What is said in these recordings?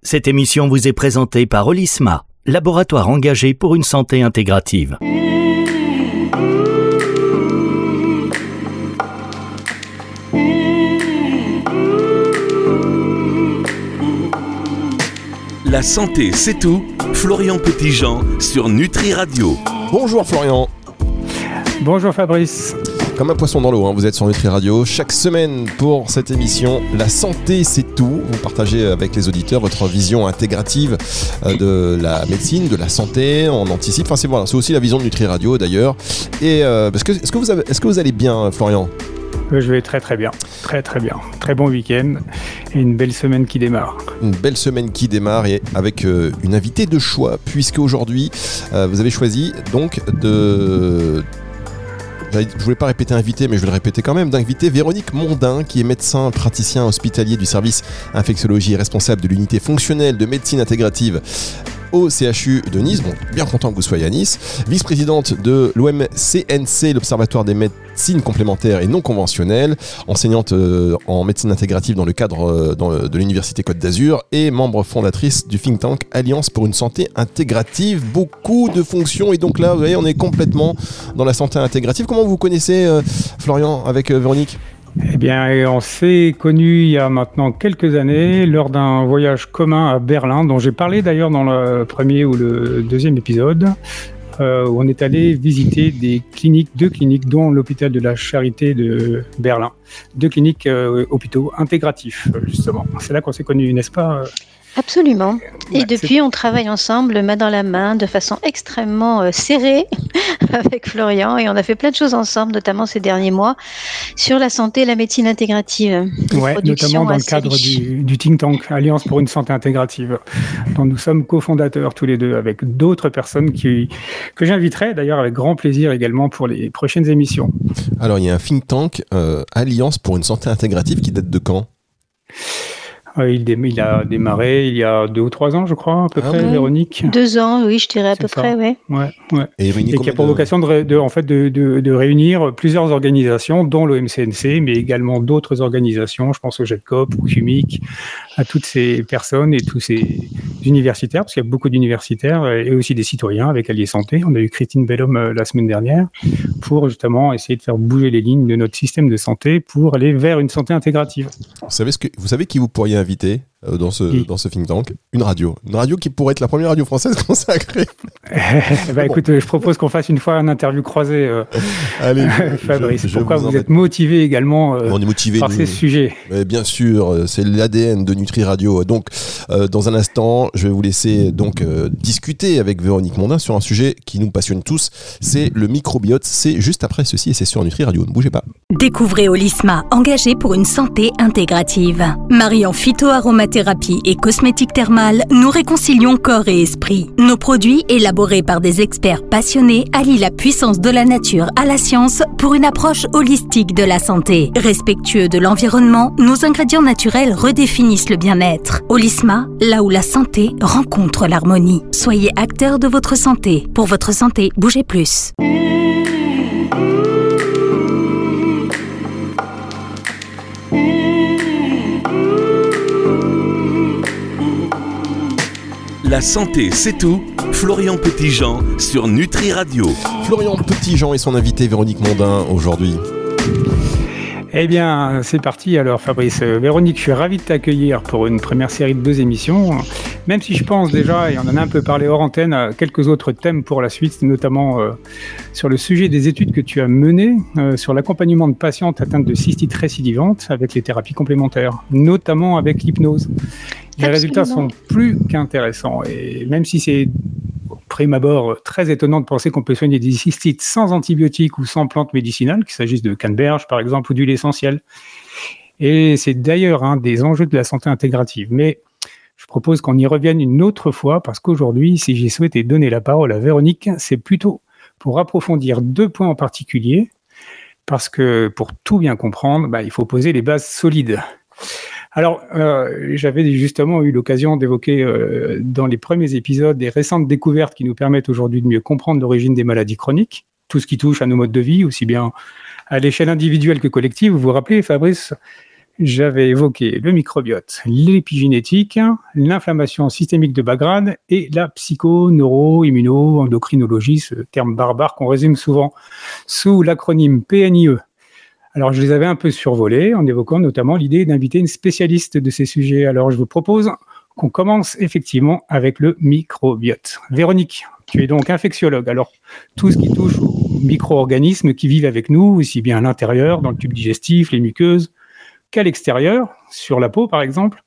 Cette émission vous est présentée par Olisma, laboratoire engagé pour une santé intégrative. La santé, c'est tout. Florian Petitjean sur Nutri Radio. Bonjour Florian. Bonjour Fabrice. Comme un poisson dans l'eau, vous êtes sur Nutri Radio. Chaque semaine pour cette émission, la santé c'est tout. Vous partagez avec les auditeurs votre vision intégrative de la médecine, de la santé. On anticipe, c'est aussi la vision de Nutri Radio d'ailleurs. Et est-ce que vous allez bien Florian ? Je vais très bien, très bien. Très bon week-end et une belle semaine qui démarre. Une belle semaine qui démarre et avec une invitée de choix, puisque aujourd'hui vous avez choisi donc de... Je voulais pas répéter invité, mais je vais le répéter quand même, d'inviter Véronique Mondin, qui est médecin praticien hospitalier du service infectiologie et responsable de l'unité fonctionnelle de médecine intégrative au CHU de Nice. Bon, bien content que vous soyez à Nice. Vice-présidente de l'OMCNC, l'Observatoire des médecines complémentaires et non conventionnelles, enseignante en médecine intégrative dans le cadre de l'Université Côte d'Azur et membre fondatrice du think tank Alliance pour une santé intégrative. Beaucoup de fonctions et donc là, vous voyez, on est complètement dans la santé intégrative. Comment vous connaissez, Florian, avec Véronique ? Eh bien, on s'est connus il y a maintenant quelques années lors d'un voyage commun à Berlin, dont j'ai parlé d'ailleurs dans le premier ou le deuxième épisode, où on est allé visiter deux cliniques, dont l'hôpital de la Charité de Berlin. 2 cliniques hôpitaux intégratifs, justement. C'est là qu'on s'est connus, n'est-ce pas ? Absolument. Et depuis, on travaille ensemble, main dans la main, de façon extrêmement serrée avec Florian. Et on a fait plein de choses ensemble, notamment ces derniers mois, sur la santé et la médecine intégrative. Oui, notamment dans le cadre du think tank Alliance pour une santé intégrative, dont nous sommes cofondateurs tous les deux, avec d'autres personnes que j'inviterai d'ailleurs avec grand plaisir également pour les prochaines émissions. Alors, il y a un think tank Alliance pour une santé intégrative qui date de quand ? Il a démarré il y a 2 ou 3 ans, je crois, à peu près, Véronique. 2 ans, oui, je dirais à peu près, oui. Ouais. Et qui a pour vocation de réunir plusieurs organisations, dont l'OMCNC, mais également d'autres organisations, je pense au GEDCOP, au CUMIC, à toutes ces personnes et tous ces universitaires, parce qu'il y a beaucoup d'universitaires et aussi des citoyens avec Allier Santé. On a eu Christine Bellhomme la semaine dernière pour justement essayer de faire bouger les lignes de notre système de santé pour aller vers une santé intégrative. Vous savez qui vous pourriez inviter dans ce think tank ? Une radio qui pourrait être la première radio française consacrée. Écoute, je propose qu'on fasse une fois une interview croisée. Allez, Fabrice, pourquoi vous êtes motivé également par ces sujets ? Bien sûr, c'est l'ADN de Nutri Radio. Donc, dans un instant, je vais vous laisser donc discuter avec Véronique Mondin sur un sujet qui nous passionne tous, c'est le microbiote. C'est juste après ceci et c'est sur Nutri Radio. Ne bougez pas. Découvrez Olisma, engagé pour une santé intégrative. Mariant phytoaromathérapie et cosmétique thermale, nous réconcilions corps et esprit. Nos produits, élaborés par des experts passionnés, allient la puissance de la nature à la science pour une approche holistique de la santé. Respectueux de l'environnement, nos ingrédients naturels redéfinissent le bien-être. Olisma, là où la santé rencontre l'harmonie. Soyez acteurs de votre santé. Pour votre santé, bougez plus. La santé, c'est tout. Florian Petitjean sur Nutri Radio. Florian Petitjean et son invité Véronique Mondin aujourd'hui. Eh bien, c'est parti alors Fabrice. Véronique, je suis ravi de t'accueillir pour une première série de 2 émissions. Même si je pense déjà, et on en a un peu parlé hors antenne, à quelques autres thèmes pour la suite, notamment sur le sujet des études que tu as menées sur l'accompagnement de patientes atteintes de cystite récidivante avec les thérapies complémentaires, notamment avec l'hypnose. Les résultats sont plus qu'intéressants. Et même si c'est, au prime abord, très étonnant de penser qu'on peut soigner des cystites sans antibiotiques ou sans plantes médicinales, qu'il s'agisse de canneberge, par exemple, ou d'huile essentielle. Et c'est d'ailleurs un des enjeux de la santé intégrative. Mais je propose qu'on y revienne une autre fois, parce qu'aujourd'hui, si j'ai souhaité donner la parole à Véronique, c'est plutôt pour approfondir 2 points en particulier, parce que pour tout bien comprendre, il faut poser les bases solides. Alors, j'avais justement eu l'occasion d'évoquer dans les premiers épisodes des récentes découvertes qui nous permettent aujourd'hui de mieux comprendre l'origine des maladies chroniques, tout ce qui touche à nos modes de vie, aussi bien à l'échelle individuelle que collective. Vous vous rappelez, Fabrice, j'avais évoqué le microbiote, l'épigénétique, l'inflammation systémique de bas grade et la psycho-neuro-immuno-endocrinologie, ce terme barbare qu'on résume souvent sous l'acronyme PNIE. Alors, je les avais un peu survolés en évoquant notamment l'idée d'inviter une spécialiste de ces sujets. Alors, je vous propose qu'on commence effectivement avec le microbiote. Véronique, tu es donc infectiologue. Alors, tout ce qui touche aux micro-organismes qui vivent avec nous, aussi bien à l'intérieur, dans le tube digestif, les muqueuses, qu'à l'extérieur, sur la peau par exemple,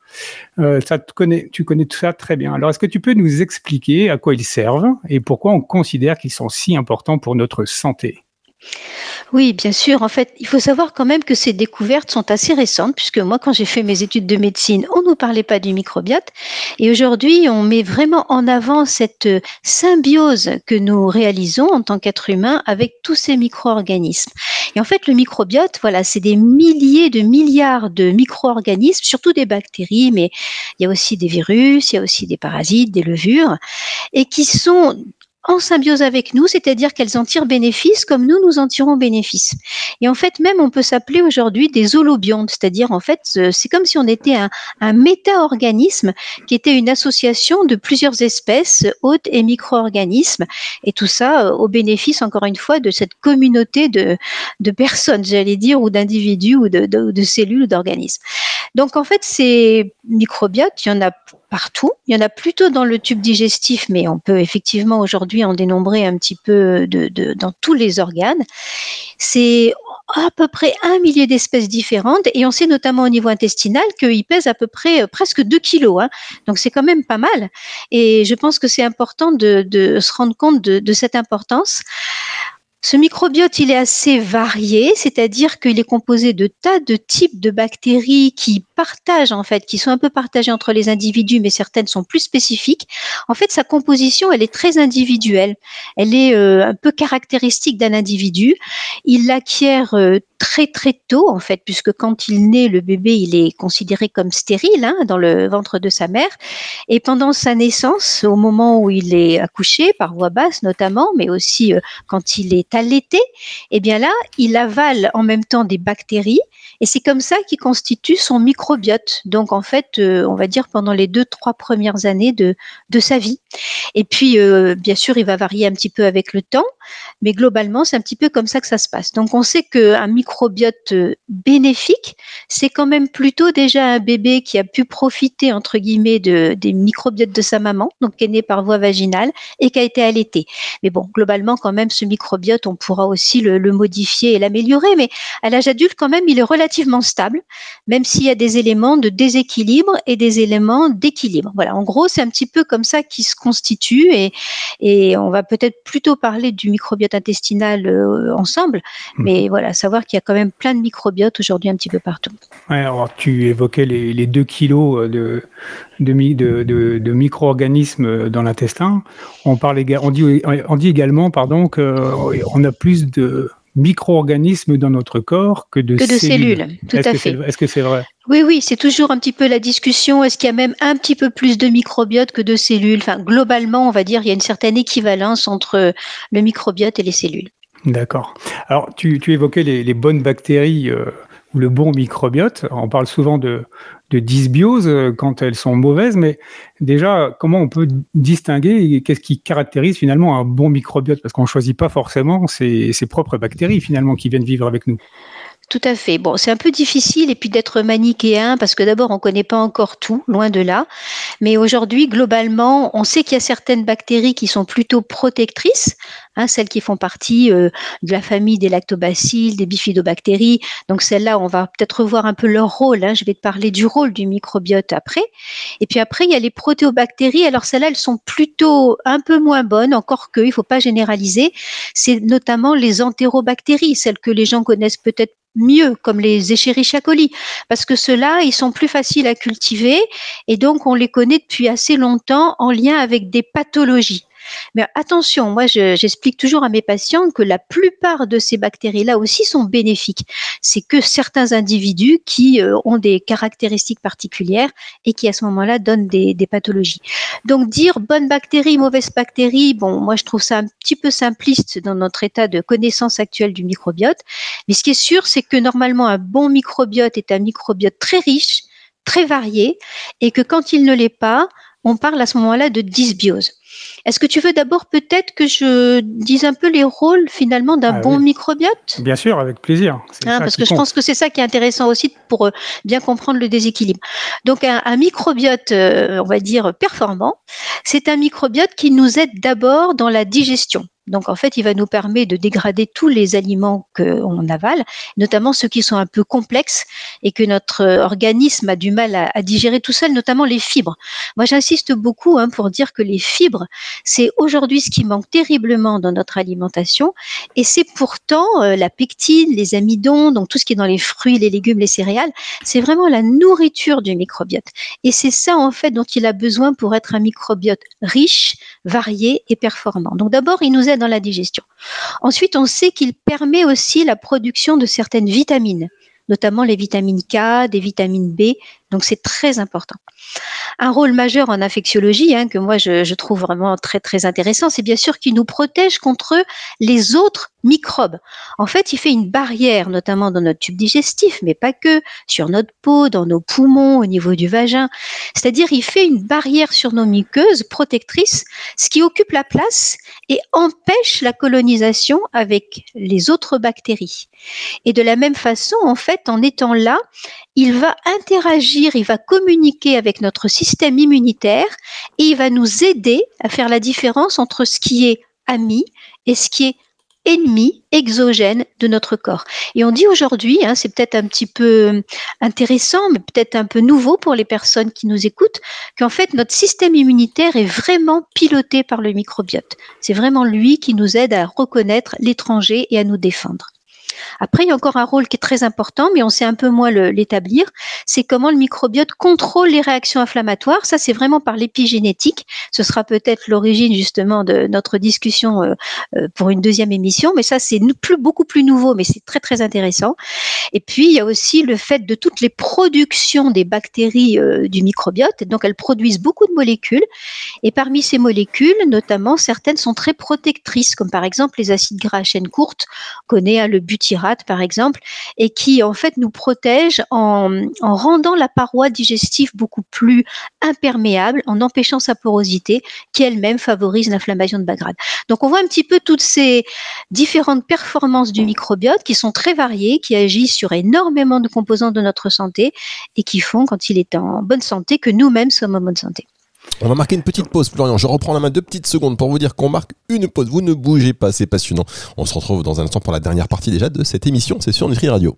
tu connais tout ça très bien. Alors, est-ce que tu peux nous expliquer à quoi ils servent et pourquoi on considère qu'ils sont si importants pour notre santé ? Oui, bien sûr. En fait, il faut savoir quand même que ces découvertes sont assez récentes, puisque moi, quand j'ai fait mes études de médecine, on ne nous parlait pas du microbiote. Et aujourd'hui, on met vraiment en avant cette symbiose que nous réalisons en tant qu'être humain avec tous ces micro-organismes. Et en fait, le microbiote, voilà, c'est des milliers de milliards de micro-organismes, surtout des bactéries, mais il y a aussi des virus, il y a aussi des parasites, des levures, et qui sont en symbiose avec nous, c'est-à-dire qu'elles en tirent bénéfice comme nous en tirons bénéfice. Et en fait, même on peut s'appeler aujourd'hui des holobiontes, c'est-à-dire en fait, c'est comme si on était un méta-organisme qui était une association de plusieurs espèces, hôtes et micro-organismes, et tout ça au bénéfice, encore une fois, de cette communauté de personnes, j'allais dire, ou d'individus, ou de cellules, ou d'organismes. Donc en fait, ces microbiotes, il y en a partout. Il y en a plutôt dans le tube digestif, mais on peut effectivement aujourd'hui en dénombrer un petit peu dans tous les organes. C'est à peu près 1 millier d'espèces différentes et on sait notamment au niveau intestinal qu'ils pèsent à peu près presque 2 kilos. Donc c'est quand même pas mal. Et je pense que c'est important de se rendre compte de cette importance. Ce microbiote, il est assez varié, c'est-à-dire qu'il est composé de tas de types de bactéries qui partagent, en fait, qui sont un peu partagées entre les individus, mais certaines sont plus spécifiques. En fait, sa composition, elle est très individuelle. Elle est un peu caractéristique d'un individu. Il l'acquiert très très tôt, en fait, puisque quand il naît, le bébé, il est considéré comme stérile dans le ventre de sa mère. Et pendant sa naissance, au moment où il est accouché, par voie basse notamment, mais aussi quand il est allaité, eh bien là, il avale en même temps des bactéries et c'est comme ça qu'il constitue son microbiote. Donc en fait, on va dire pendant les 2-3 premières années de sa vie. Et puis, bien sûr, il va varier un petit peu avec le temps, mais globalement, c'est un petit peu comme ça que ça se passe. Donc on sait qu'un microbiote bénéfique, c'est quand même plutôt déjà un bébé qui a pu profiter, entre guillemets, des microbiotes de sa maman, donc qui est né par voie vaginale et qui a été allaité. Mais bon, globalement, quand même, ce microbiote, on pourra aussi le modifier et l'améliorer, mais à l'âge adulte, quand même, il est relativement stable, même s'il y a des éléments de déséquilibre et des éléments d'équilibre. Voilà, en gros, c'est un petit peu comme ça qu'il se constitue et on va peut-être plutôt parler du microbiote intestinal ensemble, mais voilà, savoir qu'il y a quand même plein de microbiotes aujourd'hui un petit peu partout. Ouais, alors tu évoquais les 2 kilos de micro-organismes dans l'intestin. On dit également qu'on a plus de micro-organismes dans notre corps que de cellules. Tout à fait. Est-ce que c'est vrai ? Oui, c'est toujours un petit peu la discussion. Est-ce qu'il y a même un petit peu plus de microbiote que de cellules ? Enfin, globalement, on va dire il y a une certaine équivalence entre le microbiote et les cellules. D'accord. Alors, tu évoquais les bonnes bactéries ou le bon microbiote. On parle souvent de dysbiose quand elles sont mauvaises, mais déjà, comment on peut distinguer qu'est-ce qui caractérise finalement un bon microbiote ? Parce qu'on ne choisit pas forcément ses propres bactéries finalement qui viennent vivre avec nous. Tout à fait. Bon, c'est un peu difficile et puis d'être manichéen parce que d'abord, on ne connaît pas encore tout, loin de là. Mais aujourd'hui, globalement, on sait qu'il y a certaines bactéries qui sont plutôt protectrices, celles qui font partie de la famille des lactobacilles, des bifidobactéries. Donc celles-là, on va peut-être revoir un peu leur rôle. Je vais te parler du rôle du microbiote après. Et puis après, il y a les protéobactéries. Alors celles-là, elles sont plutôt un peu moins bonnes, encore que, il ne faut pas généraliser. C'est notamment les entérobactéries, celles que les gens connaissent peut-être mieux, comme les Escherichia coli, parce que ceux-là, ils sont plus faciles à cultiver et donc on les connaît depuis assez longtemps en lien avec des pathologies. Mais attention, moi j'explique toujours à mes patients que la plupart de ces bactéries-là aussi sont bénéfiques. C'est que certains individus qui ont des caractéristiques particulières et qui à ce moment-là donnent des pathologies. Donc dire bonne bactérie, mauvaise bactérie, bon, moi je trouve ça un petit peu simpliste dans notre état de connaissance actuelle du microbiote. Mais ce qui est sûr, c'est que normalement un bon microbiote est un microbiote très riche, très varié, et que quand il ne l'est pas, on parle à ce moment-là de dysbiose. Est-ce que tu veux d'abord peut-être que je dise un peu les rôles finalement d'un bon microbiote ? Bien sûr, avec plaisir. Parce que je pense que c'est ça qui est intéressant aussi pour bien comprendre le déséquilibre. Donc un microbiote, on va dire performant, c'est un microbiote qui nous aide d'abord dans la digestion. Donc en fait, il va nous permettre de dégrader tous les aliments qu'on avale, notamment ceux qui sont un peu complexes et que notre organisme a du mal à digérer tout seul, notamment les fibres. Moi, j'insiste beaucoup pour dire que les fibres, c'est aujourd'hui ce qui manque terriblement dans notre alimentation, et c'est pourtant la pectine, les amidons, donc tout ce qui est dans les fruits, les légumes, les céréales, c'est vraiment la nourriture du microbiote. Et c'est ça en fait dont il a besoin pour être un microbiote riche, varié et performant. Donc d'abord, il nous aide dans la digestion. Ensuite, on sait qu'il permet aussi la production de certaines vitamines, notamment les vitamines K, des vitamines B, donc c'est très important. Un rôle majeur en infectiologie, que moi je trouve vraiment très très intéressant, c'est bien sûr qu'il nous protège contre les autres microbes. En fait, il fait une barrière, notamment dans notre tube digestif, mais pas que, sur notre peau, dans nos poumons, au niveau du vagin. C'est-à-dire, il fait une barrière sur nos muqueuses protectrices, ce qui occupe la place et empêche la colonisation avec les autres bactéries. Et de la même façon, en fait, en étant là, il va interagir, il va communiquer avec notre système immunitaire et il va nous aider à faire la différence entre ce qui est ami et ce qui est ennemi exogène de notre corps. Et on dit aujourd'hui, c'est peut-être un petit peu intéressant, mais peut-être un peu nouveau pour les personnes qui nous écoutent, qu'en fait notre système immunitaire est vraiment piloté par le microbiote. C'est vraiment lui qui nous aide à reconnaître l'étranger et à nous défendre. Après, il y a encore un rôle qui est très important, mais on sait un peu moins l'établir, c'est comment le microbiote contrôle les réactions inflammatoires. Ça, c'est vraiment par l'épigénétique. Ce sera peut-être l'origine justement de notre discussion pour une deuxième émission, mais ça, c'est beaucoup plus nouveau, mais c'est très, très intéressant. Et puis, il y a aussi le fait de toutes les productions des bactéries du microbiote. Donc, elles produisent beaucoup de molécules, et parmi ces molécules, notamment, certaines sont très protectrices, comme par exemple les acides gras à chaîne courte, on connaît le butyrate par exemple, et qui en fait nous protège en rendant la paroi digestive beaucoup plus imperméable, en empêchant sa porosité, qui elle-même favorise l'inflammation de bas grade. Donc on voit un petit peu toutes ces différentes performances du microbiote qui sont très variées, qui agissent sur énormément de composants de notre santé et qui font, quand il est en bonne santé, que nous-mêmes sommes en bonne santé. On va marquer une petite pause, Florian. Je reprends la main 2 petites secondes pour vous dire qu'on marque une pause. Vous ne bougez pas, c'est passionnant. On se retrouve dans un instant pour la dernière partie déjà de cette émission. C'est sur Nutri Radio.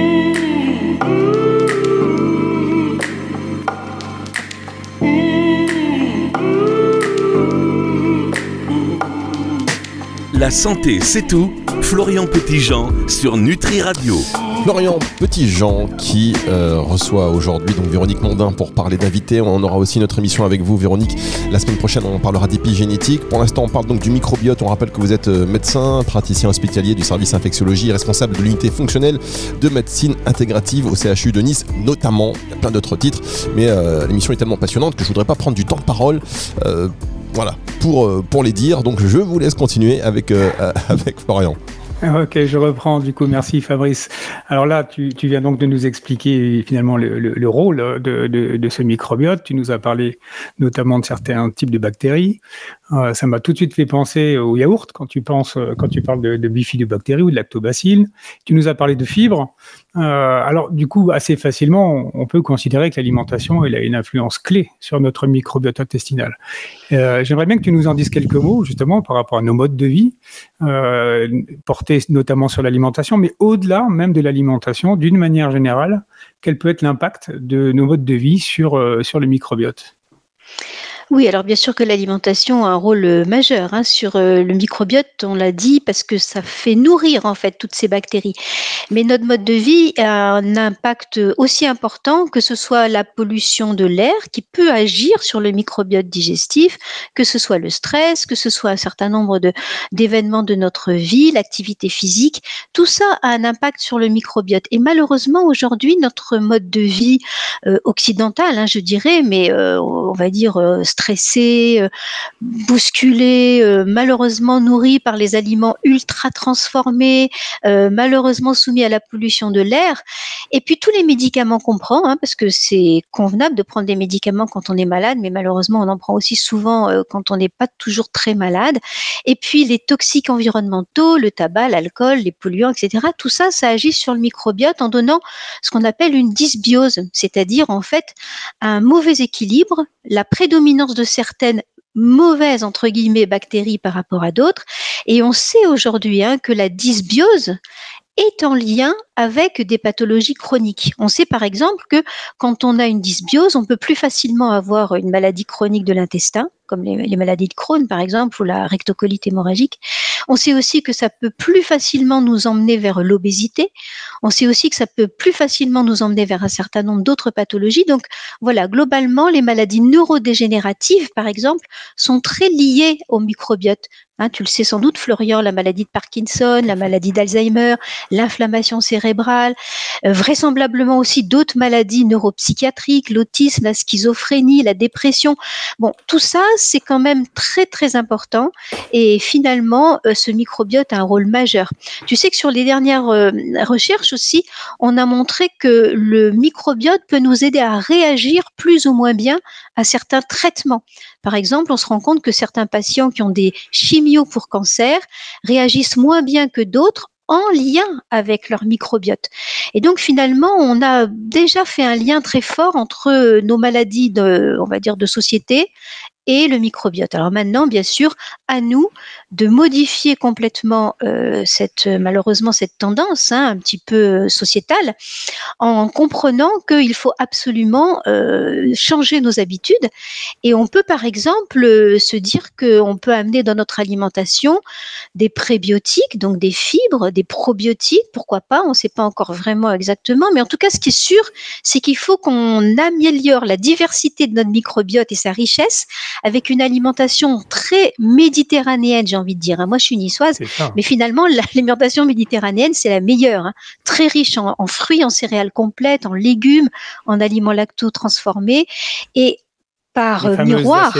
La santé, c'est tout. Florian Petitjean sur Nutri Radio. Florian Petitjean qui reçoit aujourd'hui donc Véronique Mondin pour parler d'invités. On aura aussi notre émission avec vous, Véronique. La semaine prochaine, on parlera d'épigénétique. Pour l'instant, on parle donc du microbiote. On rappelle que vous êtes médecin, praticien hospitalier du service infectiologie et responsable de l'unité fonctionnelle de médecine intégrative au CHU de Nice, notamment. Il y a plein d'autres titres, mais l'émission est tellement passionnante que je voudrais pas prendre du temps de parole. Voilà, pour les dire. Donc, je vous laisse continuer avec Florian. Ok, je reprends du coup, merci Fabrice. Alors là, tu viens donc de nous expliquer finalement le rôle de ce microbiote. Tu nous as parlé notamment de certains types de bactéries. Ça m'a tout de suite fait penser au yaourt quand tu parles de bifidobactéries ou de lactobacilles. Tu nous as parlé de fibres. Alors du coup, assez facilement, on peut considérer que l'alimentation elle a une influence clé sur notre microbiote intestinal. J'aimerais bien que tu nous en dises quelques mots justement par rapport à nos modes de vie, portés notamment sur l'alimentation, mais au-delà même de l'alimentation, d'une manière générale, quel peut être l'impact de nos modes de vie sur le microbiote ? Oui, alors bien sûr que l'alimentation a un rôle majeur sur le microbiote, on l'a dit, parce que ça fait nourrir en fait toutes ces bactéries. Mais notre mode de vie a un impact aussi important, que ce soit la pollution de l'air qui peut agir sur le microbiote digestif, que ce soit le stress, que ce soit un certain nombre d'événements de notre vie, l'activité physique. Tout ça a un impact sur le microbiote. Et malheureusement, aujourd'hui, notre mode de vie occidental, je dirais, mais on va dire stressé, bousculé, malheureusement nourri par les aliments ultra transformés, malheureusement soumis à la pollution de l'air, et puis tous les médicaments qu'on prend, parce que c'est convenable de prendre des médicaments quand on est malade, mais malheureusement on en prend aussi souvent quand on n'est pas toujours très malade, et puis les toxiques environnementaux, le tabac, l'alcool, les polluants, etc. Tout ça, ça agit sur le microbiote en donnant ce qu'on appelle une dysbiose, c'est-à-dire en fait un mauvais équilibre, la prédominance de certaines mauvaises entre guillemets bactéries par rapport à d'autres, et on sait aujourd'hui que la dysbiose est en lien avec des pathologies chroniques. On sait par exemple que quand on a une dysbiose, on peut plus facilement avoir une maladie chronique de l'intestin, comme les maladies de Crohn par exemple, ou la rectocolite hémorragique. On sait aussi que ça peut plus facilement nous emmener vers l'obésité. On sait aussi que ça peut plus facilement nous emmener vers un certain nombre d'autres pathologies. Donc voilà, globalement, les maladies neurodégénératives, par exemple, sont très liées au microbiote. Tu le sais sans doute, Florian, la maladie de Parkinson, la maladie d'Alzheimer, l'inflammation cérébrale, vraisemblablement aussi d'autres maladies neuropsychiatriques, l'autisme, la schizophrénie, la dépression. Bon, tout ça, c'est quand même très, très important. Et finalement, ce microbiote a un rôle majeur. Tu sais que sur les dernières recherches aussi, on a montré que le microbiote peut nous aider à réagir plus ou moins bien à certains traitements. Par exemple, on se rend compte que certains patients qui ont des chimios pour cancer réagissent moins bien que d'autres en lien avec leur microbiote. Et donc finalement, on a déjà fait un lien très fort entre nos maladies on va dire de société et le microbiote. Alors maintenant, bien sûr, à nous de modifier complètement malheureusement cette tendance un petit peu sociétale, en comprenant qu'il faut absolument changer nos habitudes. Et on peut par exemple se dire qu'on peut amener dans notre alimentation des prébiotiques, donc des fibres, des probiotiques, pourquoi pas, on ne sait pas encore vraiment exactement, mais en tout cas ce qui est sûr, c'est qu'il faut qu'on améliore la diversité de notre microbiote et sa richesse avec une alimentation très méditerranéenne, j'ai envie de dire. Moi, je suis niçoise, mais finalement, l'alimentation méditerranéenne, c'est la meilleure. Très riche en fruits, en céréales complètes, en légumes, en aliments lacto-transformés. Et par miroir...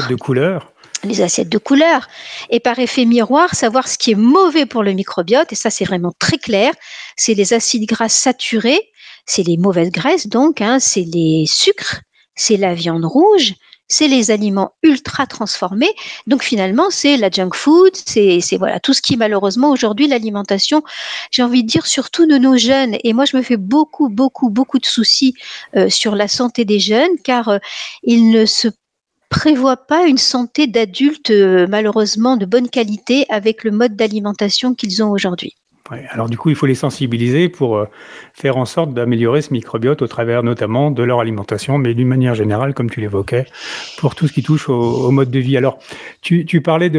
Les assiettes de couleur. Et par effet miroir, savoir ce qui est mauvais pour le microbiote, et ça, c'est vraiment très clair, c'est les acides gras saturés, c'est les mauvaises graisses, donc, c'est les sucres, c'est la viande rouge, c'est les aliments ultra transformés. Donc finalement, c'est la junk food, c'est voilà tout ce qui malheureusement aujourd'hui l'alimentation, j'ai envie de dire surtout de nos jeunes. Et moi, je me fais beaucoup de soucis sur la santé des jeunes, car ils ne se prévoient pas une santé d'adulte malheureusement de bonne qualité avec le mode d'alimentation qu'ils ont aujourd'hui. Ouais, alors du coup, il faut les sensibiliser pour faire en sorte d'améliorer ce microbiote au travers notamment de leur alimentation, mais d'une manière générale, comme tu l'évoquais, pour tout ce qui touche au mode de vie. Alors, tu parlais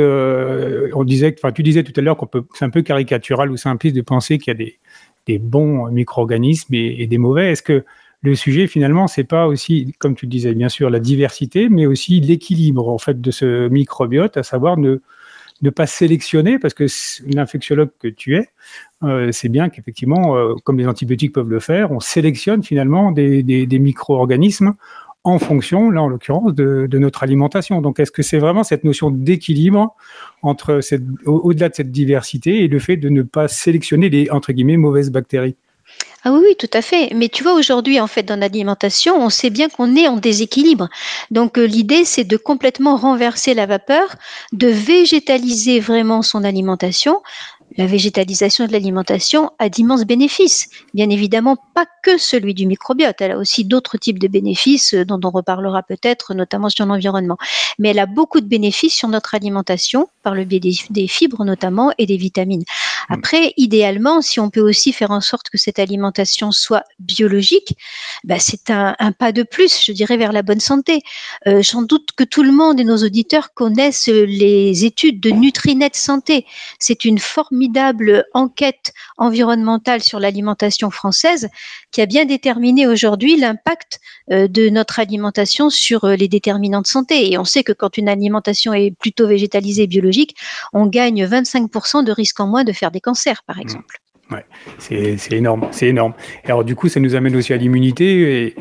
tu disais tout à l'heure c'est un peu caricatural ou simpliste de penser qu'il y a des bons micro-organismes et des mauvais. Est-ce que le sujet, finalement, c'est pas aussi, comme tu le disais, bien sûr, la diversité, mais aussi l'équilibre, en fait, de ce microbiote, à savoir ne pas sélectionner, parce que l'infectiologue que tu es, c'est bien qu'effectivement, comme les antibiotiques peuvent le faire, on sélectionne finalement des micro-organismes en fonction, là en l'occurrence, de notre alimentation. Donc est-ce que c'est vraiment cette notion d'équilibre entre au-delà de cette diversité et le fait de ne pas sélectionner les, entre guillemets, mauvaises bactéries ? Ah oui, tout à fait. Mais tu vois, aujourd'hui, en fait, dans l'alimentation, on sait bien qu'on est en déséquilibre. Donc, l'idée, c'est de complètement renverser la vapeur, de végétaliser vraiment son alimentation. La végétalisation de l'alimentation a d'immenses bénéfices. Bien évidemment, pas que celui du microbiote. Elle a aussi d'autres types de bénéfices dont on reparlera peut-être, notamment sur l'environnement. Mais elle a beaucoup de bénéfices sur notre alimentation, par le biais des fibres notamment et des vitamines. Après, idéalement, si on peut aussi faire en sorte que cette alimentation soit biologique, c'est un pas de plus, je dirais, vers la bonne santé. J'en doute que tout le monde et nos auditeurs connaissent les études de Nutrinet Santé. C'est une formidable enquête environnementale sur l'alimentation française qui a bien déterminé aujourd'hui l'impact de notre alimentation sur les déterminants de santé. Et on sait que quand une alimentation est plutôt végétalisée et biologique, on gagne 25% de risque en moins de faire des cancers, par exemple. Ouais, c'est énorme, c'est énorme. Et alors du coup, ça nous amène aussi à l'immunité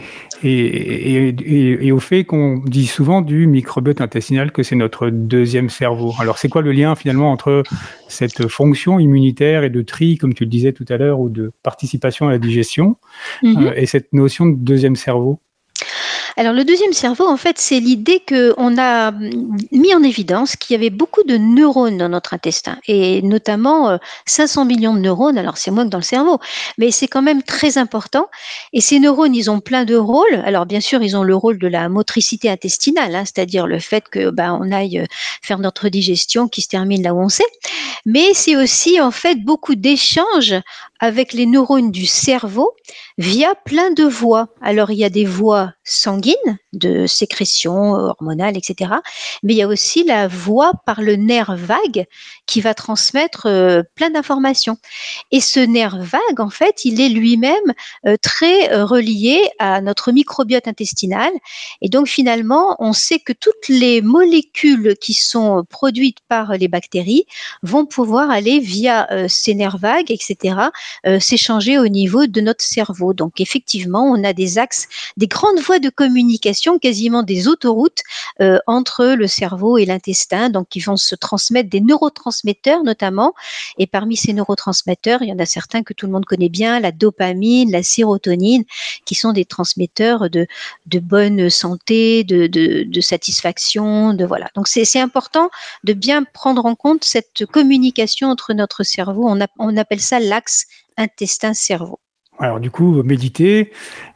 et au fait qu'on dit souvent du microbiote intestinal que c'est notre deuxième cerveau. Alors c'est quoi le lien finalement entre cette fonction immunitaire et de tri, comme tu le disais tout à l'heure, ou de participation à la digestion, et cette notion de deuxième cerveau? Alors le deuxième cerveau, en fait, c'est l'idée qu'on a mis en évidence qu'il y avait beaucoup de neurones dans notre intestin, et notamment 500 millions de neurones. Alors c'est moins que dans le cerveau, mais c'est quand même très important. Et ces neurones, ils ont plein de rôles. Alors bien sûr, ils ont le rôle de la motricité intestinale, c'est-à-dire le fait que on aille faire notre digestion qui se termine là où on sait. Mais c'est aussi en fait beaucoup d'échanges avec les neurones du cerveau via plein de voies. Alors, il y a des voies sanguines, de sécrétion hormonale, etc. Mais il y a aussi la voie par le nerf vague qui va transmettre plein d'informations. Et ce nerf vague, en fait, il est lui-même très relié à notre microbiote intestinal. Et donc, finalement, on sait que toutes les molécules qui sont produites par les bactéries vont pouvoir aller via ces nerfs vagues, etc., s'échanger au niveau de notre cerveau. Donc effectivement, on a des axes, des grandes voies de communication, quasiment des autoroutes entre le cerveau et l'intestin, donc qui vont se transmettre des neurotransmetteurs notamment. Et parmi ces neurotransmetteurs, il y en a certains que tout le monde connaît bien, la dopamine, la sérotonine, qui sont des transmetteurs de bonne santé, de satisfaction, voilà. Donc c'est important de bien prendre en compte cette communication entre notre cerveau. On appelle ça l'axe intestin-cerveau. Alors du coup, méditer,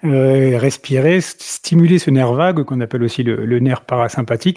respirer, stimuler ce nerf vague qu'on appelle aussi le nerf parasympathique,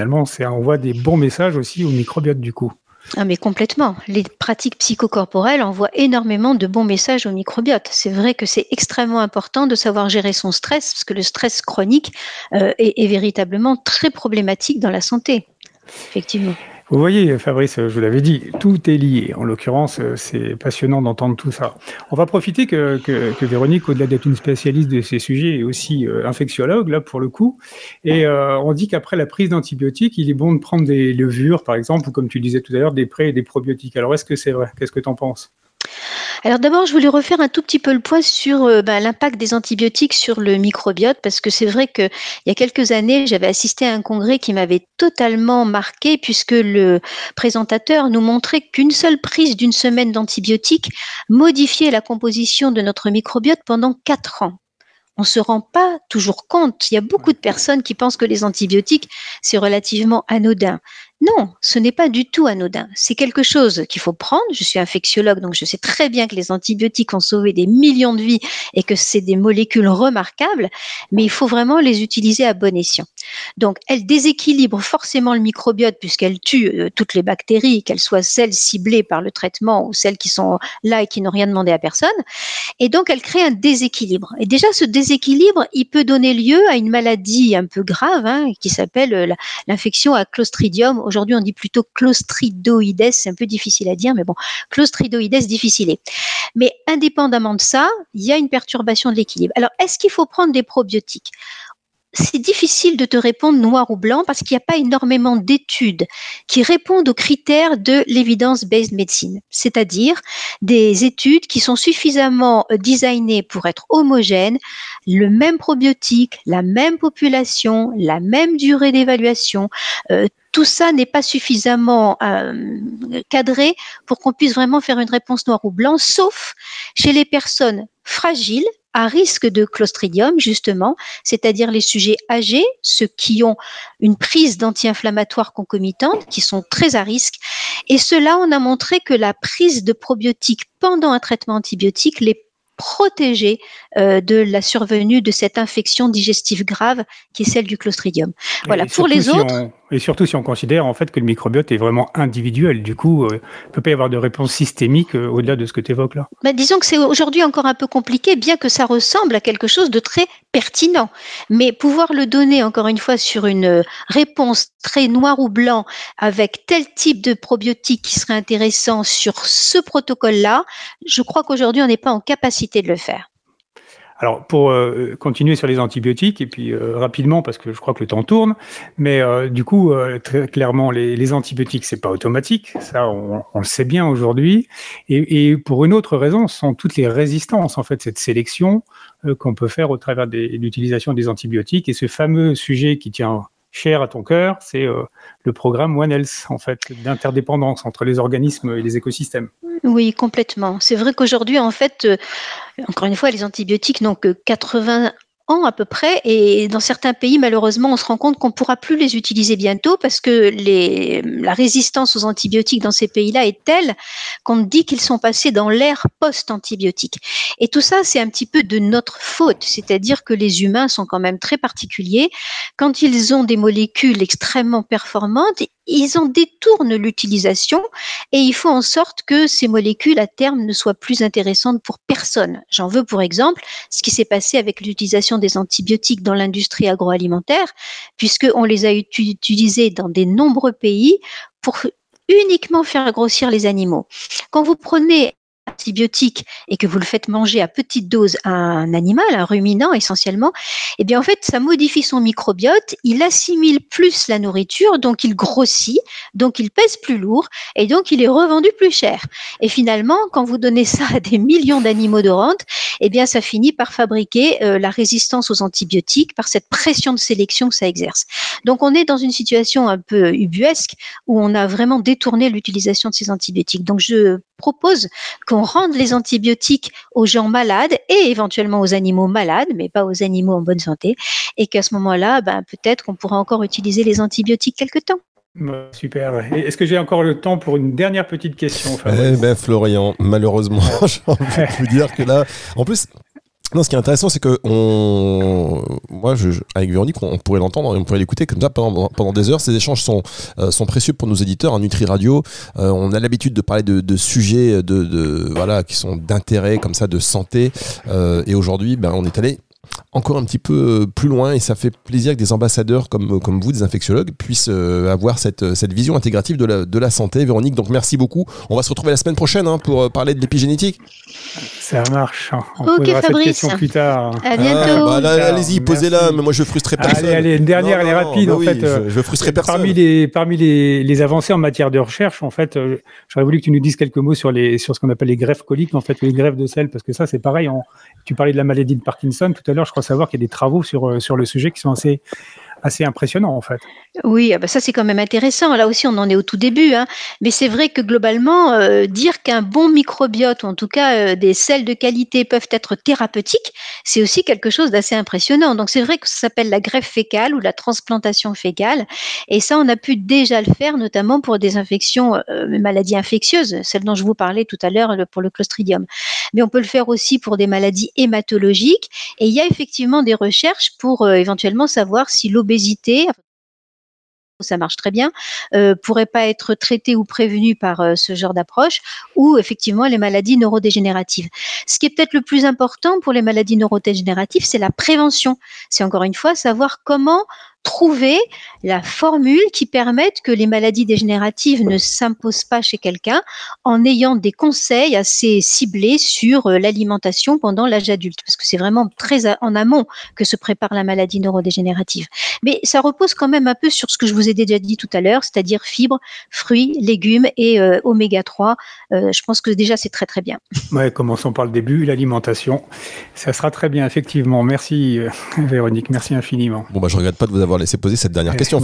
ça envoie des bons messages aussi au microbiote du coup. Ah mais complètement. Les pratiques psychocorporelles envoient énormément de bons messages au microbiote. C'est vrai que c'est extrêmement important de savoir gérer son stress, parce que le stress chronique est véritablement très problématique dans la santé, effectivement. Vous voyez, Fabrice, je vous l'avais dit, tout est lié. En l'occurrence, c'est passionnant d'entendre tout ça. On va profiter que Véronique, au-delà d'être une spécialiste de ces sujets, est aussi infectiologue, là, pour le coup. Et on dit qu'après la prise d'antibiotiques, il est bon de prendre des levures, par exemple, ou comme tu disais tout à l'heure, des pré et des probiotiques. Alors, est-ce que c'est vrai? Qu'est-ce que tu en penses? Alors d'abord, je voulais refaire un tout petit peu le point sur l'impact des antibiotiques sur le microbiote, parce que c'est vrai qu'il y a quelques années, j'avais assisté à un congrès qui m'avait totalement marqué, puisque le présentateur nous montrait qu'une seule prise d'une semaine d'antibiotiques modifiait la composition de notre microbiote pendant 4 ans. On ne se rend pas toujours compte. Il y a beaucoup de personnes qui pensent que les antibiotiques, c'est relativement anodin. Non, ce n'est pas du tout anodin. C'est quelque chose qu'il faut prendre. Je suis infectiologue, donc je sais très bien que les antibiotiques ont sauvé des millions de vies et que c'est des molécules remarquables, mais il faut vraiment les utiliser à bon escient. Donc, elles déséquilibrent forcément le microbiote puisqu'elles tuent toutes les bactéries, qu'elles soient celles ciblées par le traitement ou celles qui sont là et qui n'ont rien demandé à personne. Et donc, elles créent un déséquilibre. Et déjà, ce déséquilibre, il peut donner lieu à une maladie un peu grave qui s'appelle l'infection à Clostridium. Aujourd'hui, on dit plutôt Clostridoides, c'est un peu difficile à dire, mais bon, Clostridoides difficile. Mais indépendamment de ça, il y a une perturbation de l'équilibre. Alors, est-ce qu'il faut prendre des probiotiques ? C'est difficile de te répondre noir ou blanc parce qu'il n'y a pas énormément d'études qui répondent aux critères de l'evidence-based medicine, c'est-à-dire des études qui sont suffisamment designées pour être homogènes, le même probiotique, la même population, la même durée d'évaluation. Tout ça n'est pas suffisamment cadré pour qu'on puisse vraiment faire une réponse noir ou blanc, sauf chez les personnes fragiles, à risque de Clostridium, justement, c'est-à-dire les sujets âgés, ceux qui ont une prise d'anti-inflammatoires concomitante, qui sont très à risque. Et cela, on a montré que la prise de probiotiques pendant un traitement antibiotique les protégeait de la survenue de cette infection digestive grave qui est celle du Clostridium. Voilà. Pour les autres... Et surtout si on considère en fait que le microbiote est vraiment individuel. Du coup, il ne peut pas y avoir de réponse systémique au-delà de ce que tu évoques là. Disons que c'est aujourd'hui encore un peu compliqué, bien que ça ressemble à quelque chose de très pertinent. Mais pouvoir le donner, encore une fois, sur une réponse très noir ou blanc, avec tel type de probiotique qui serait intéressant sur ce protocole-là, je crois qu'aujourd'hui, on n'est pas en capacité de le faire. Alors, pour continuer sur les antibiotiques, et puis rapidement, parce que je crois que le temps tourne, mais du coup, très clairement, les antibiotiques, c'est pas automatique, ça, on le sait bien aujourd'hui, et pour une autre raison, ce sont toutes les résistances, en fait, cette sélection qu'on peut faire au travers de l'utilisation des antibiotiques, et ce fameux sujet qui tient cher à ton cœur, c'est le programme One Health, en fait, d'interdépendance entre les organismes et les écosystèmes. Oui, complètement. C'est vrai qu'aujourd'hui, en fait, encore une fois, les antibiotiques n'ont que 80 ans à peu près, et dans certains pays, malheureusement, on se rend compte qu'on ne pourra plus les utiliser bientôt parce que la résistance aux antibiotiques dans ces pays-là est telle qu'on dit qu'ils sont passés dans l'ère post-antibiotique. Et tout ça, c'est un petit peu de notre faute, c'est-à-dire que les humains sont quand même très particuliers. Quand ils ont des molécules extrêmement performantes, ils en détournent l'utilisation et il faut en sorte que ces molécules à terme ne soient plus intéressantes pour personne. J'en veux pour exemple ce qui s'est passé avec l'utilisation des antibiotiques dans l'industrie agroalimentaire, puisqu'on les a utilisés dans de nombreux pays pour uniquement faire grossir les animaux. Quand vous prenez antibiotique et que vous le faites manger à petite dose à un animal, un ruminant essentiellement, eh bien en fait ça modifie son microbiote, il assimile plus la nourriture, donc il grossit, donc il pèse plus lourd et donc il est revendu plus cher. Et finalement, quand vous donnez ça à des millions d'animaux de rente, eh bien ça finit par fabriquer la résistance aux antibiotiques par cette pression de sélection que ça exerce. Donc on est dans une situation un peu ubuesque où on a vraiment détourné l'utilisation de ces antibiotiques. Donc je propose qu'on rende les antibiotiques aux gens malades et éventuellement aux animaux malades, mais pas aux animaux en bonne santé, et qu'à ce moment-là, peut-être qu'on pourra encore utiliser les antibiotiques quelque temps. Super. Et est-ce que j'ai encore le temps pour une dernière petite question, Florian, malheureusement, j'ai envie de vous dire que là, en plus... Non, ce qui est intéressant, c'est que moi, avec Véronique, on pourrait l'entendre et on pourrait l'écouter comme ça pendant des heures. Ces échanges sont précieux pour nos éditeurs, Nutri Radio. On a l'habitude de parler de sujets voilà, qui sont d'intérêt, comme ça, de santé. Et aujourd'hui, on est allé encore un petit peu plus loin et ça fait plaisir que des ambassadeurs comme vous, des infectiologues, puissent avoir cette vision intégrative de la santé. Véronique, donc merci beaucoup. On va se retrouver la semaine prochaine pour parler de l'épigénétique. Ça marche. On posera cette question plus tard. À bientôt. Allez-y, posez-la, mais moi je frustrerai personne. Allez, une dernière, elle est rapide. En fait, je frustrerai personne. Parmi les avancées en matière de recherche, en fait, j'aurais voulu que tu nous dises quelques mots sur ce qu'on appelle les greffes coliques, en fait, les greffes de sel, parce que ça, c'est pareil. Tu parlais de la maladie de Parkinson tout à l'heure. Je crois savoir qu'il y a des travaux sur le sujet qui sont assez impressionnant en fait. Oui, ça c'est quand même intéressant. Là aussi, on en est au tout début. Mais c'est vrai que globalement, dire qu'un bon microbiote, ou en tout cas des sels de qualité peuvent être thérapeutiques, c'est aussi quelque chose d'assez impressionnant. Donc c'est vrai que ça s'appelle la greffe fécale ou la transplantation fécale. Et ça, on a pu déjà le faire, notamment pour des infections, maladies infectieuses, celles dont je vous parlais tout à l'heure pour le Clostridium. Mais on peut le faire aussi pour des maladies hématologiques. Et il y a effectivement des recherches pour éventuellement savoir si l'obésité, ça marche très bien, pourrait pas être traitée ou prévenue par ce genre d'approche, ou effectivement les maladies neurodégénératives. Ce qui est peut-être le plus important pour les maladies neurodégénératives, c'est la prévention. C'est encore une fois savoir comment trouver la formule qui permette que les maladies dégénératives ne s'imposent pas chez quelqu'un en ayant des conseils assez ciblés sur l'alimentation pendant l'âge adulte, parce que c'est vraiment très en amont que se prépare la maladie neurodégénérative. Mais ça repose quand même un peu sur ce que je vous ai déjà dit tout à l'heure, c'est-à-dire fibres, fruits, légumes et oméga 3. Je pense que déjà c'est très très bien. Ouais, commençons par le début, l'alimentation. Ça sera très bien, effectivement. Merci Véronique, merci infiniment. Bon, je regrette pas de vous avoir laissé poser cette dernière question.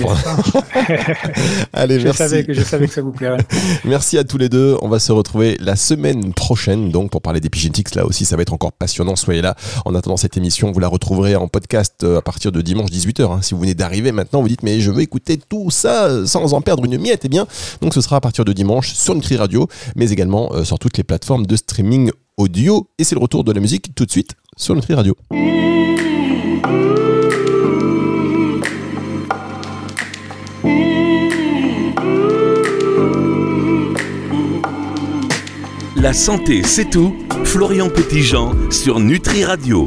Allez, merci. Je savais que ça vous plairait. Merci à tous les deux. On va se retrouver la semaine prochaine donc pour parler d'épigénétique. Là aussi, ça va être encore passionnant. Soyez là. En attendant cette émission, vous la retrouverez en podcast à partir de dimanche 18h. Si vous venez d'arriver maintenant, vous dites mais je veux écouter tout ça sans en perdre une miette. Eh bien, donc ce sera à partir de dimanche sur Nutri Radio, mais également sur toutes les plateformes de streaming audio. Et c'est le retour de la musique tout de suite sur Nutri Radio. La santé, c'est tout. Florian Petitjean sur Nutri Radio.